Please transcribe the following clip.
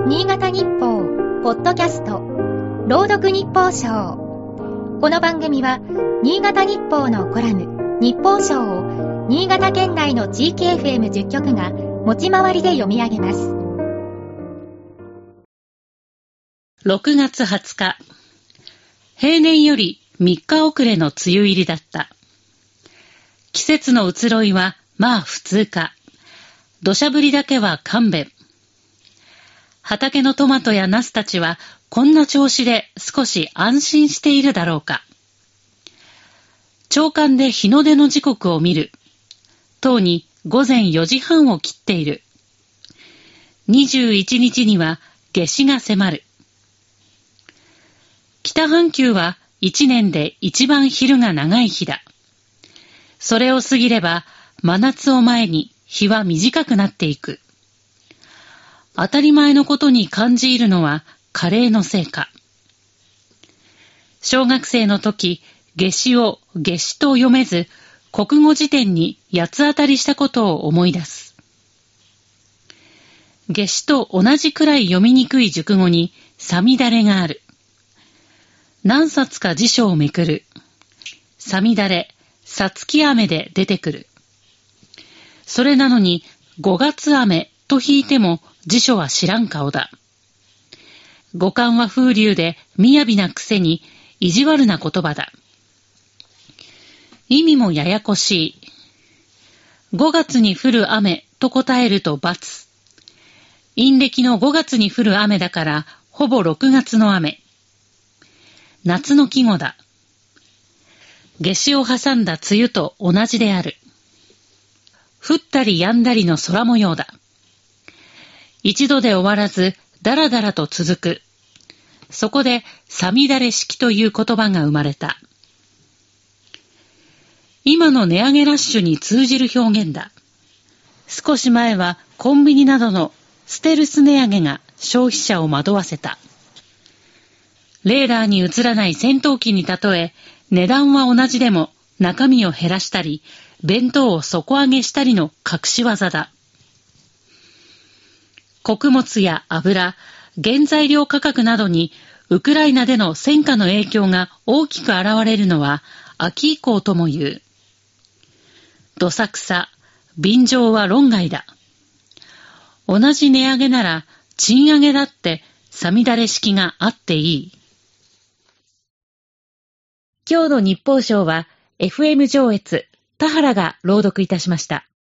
新潟日報ポッドキャスト朗読日報賞。この番組は新潟日報のコラム日報賞を新潟県内の地域 FM10 局が持ち回りで読み上げます。 6月20日、平年より3日遅れの梅雨入りだった。季節の移ろいはまあ普通か。土砂降りだけは勘弁。畑のトマトやナスたちはこんな調子で少し安心しているだろうか。朝刊で日の出の時刻を見る。とうに午前4時半を切っている。21日には夏至が迫る。北半球は1年で一番昼が長い日だ。それを過ぎれば真夏を前に日は短くなっていく。当たり前のことに感じるのは加齢のせいか。小学生の時、夏至を夏至と読めず、国語辞典に八つ当たりしたことを思い出す。夏至と同じくらい読みにくい熟語にさみだれがある。何冊か辞書をめくる。さみだれ、さつき雨で出てくる。それなのに5月雨と引いても辞書は知らん顔だ。語感は風流で雅なくせに意地悪な言葉だ。意味もややこしい。5月に降る雨と答えると×。陰暦の5月に降る雨だからほぼ6月の雨。夏の季語だ。夏至を挟んだ梅雨と同じである。降ったり止んだりの空模様だ。一度で終わらずだらだらと続く。そこでさみだれ式という言葉が生まれた。今の値上げラッシュに通じる表現だ。少し前はコンビニなどのステルス値上げが消費者を惑わせた。レーダーに映らない戦闘機に例え、値段は同じでも中身を減らしたり、弁当を底上げしたりの隠し技だ。穀物や油、原材料価格などにウクライナでの戦火の影響が大きく現れるのは秋以降とも言う。どさくさ、便乗は論外だ。同じ値上げなら賃上げだってさみだれ式があっていい。今日の日報賞は FM 上越田原が朗読いたしました。